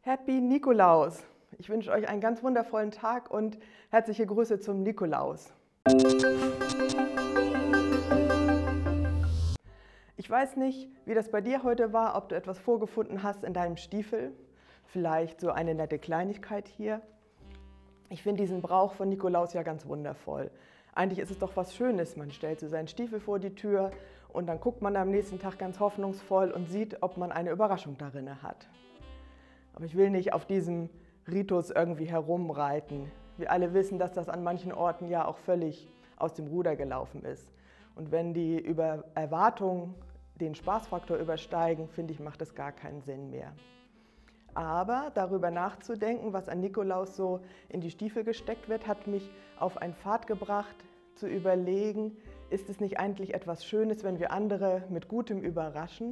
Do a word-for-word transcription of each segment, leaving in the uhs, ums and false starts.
Happy Nikolaus! Ich wünsche euch einen ganz wundervollen Tag und herzliche Grüße zum Nikolaus. Ich weiß nicht, wie das bei dir heute war, ob du etwas vorgefunden hast in deinem Stiefel. Vielleicht so eine nette Kleinigkeit hier. Ich finde diesen Brauch von Nikolaus ja ganz wundervoll. Eigentlich ist es doch was Schönes. Man stellt so seinen Stiefel vor die Tür und dann guckt man am nächsten Tag ganz hoffnungsvoll und sieht, ob man eine Überraschung darin hat. Aber ich will nicht auf diesem Ritus irgendwie herumreiten. Wir alle wissen, dass das an manchen Orten ja auch völlig aus dem Ruder gelaufen ist. Und wenn die über Erwartungen den Spaßfaktor übersteigen, finde ich, macht es gar keinen Sinn mehr. Aber darüber nachzudenken, was an Nikolaus so in die Stiefel gesteckt wird, hat mich auf einen Pfad gebracht, zu überlegen, ist es nicht eigentlich etwas Schönes, wenn wir andere mit Gutem überraschen?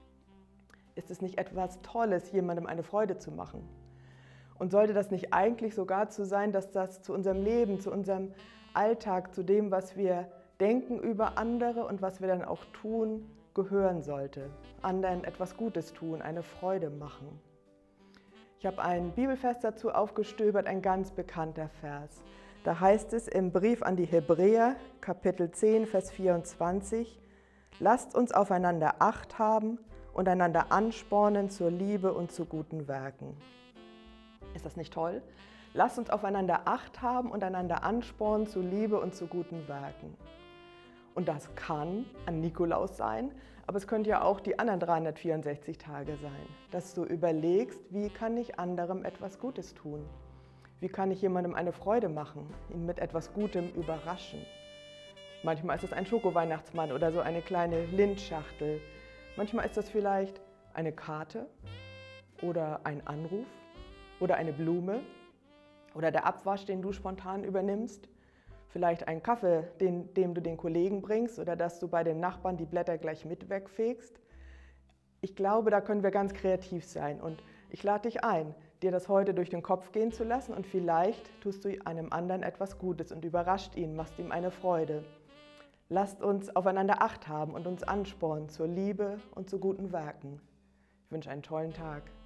Ist es nicht etwas Tolles, jemandem eine Freude zu machen? Und sollte das nicht eigentlich sogar so sein, dass das zu unserem Leben, zu unserem Alltag, zu dem, was wir denken über andere und was wir dann auch tun, gehören sollte? Anderen etwas Gutes tun, eine Freude machen. Ich habe einen Bibelvers dazu aufgestöbert, ein ganz bekannter Vers. Da heißt es im Brief an die Hebräer, Kapitel zehn, Vers vierundzwanzig, lasst uns aufeinander Acht haben und einander anspornen zur Liebe und zu guten Werken. Ist das nicht toll? Lasst uns aufeinander Acht haben und einander anspornen zu Liebe und zu guten Werken. Und das kann an Nikolaus sein, aber es könnte ja auch die anderen dreihundertvierundsechzig Tage sein, dass du überlegst, wie kann ich anderem etwas Gutes tun? Wie kann ich jemandem eine Freude machen, ihn mit etwas Gutem überraschen? Manchmal ist es ein Schokoweihnachtsmann oder so eine kleine Lindschachtel. Manchmal ist das vielleicht eine Karte oder ein Anruf oder eine Blume oder der Abwasch, den du spontan übernimmst. Vielleicht ein Kaffee, den, dem du den Kollegen bringst oder dass du bei den Nachbarn die Blätter gleich mit wegfegst. Ich glaube, da können wir ganz kreativ sein und ich lade dich ein, dir das heute durch den Kopf gehen zu lassen und vielleicht tust du einem anderen etwas Gutes und überrascht ihn, machst ihm eine Freude. Lasst uns aufeinander Acht haben und uns anspornen zur Liebe und zu guten Werken. Ich wünsche einen tollen Tag.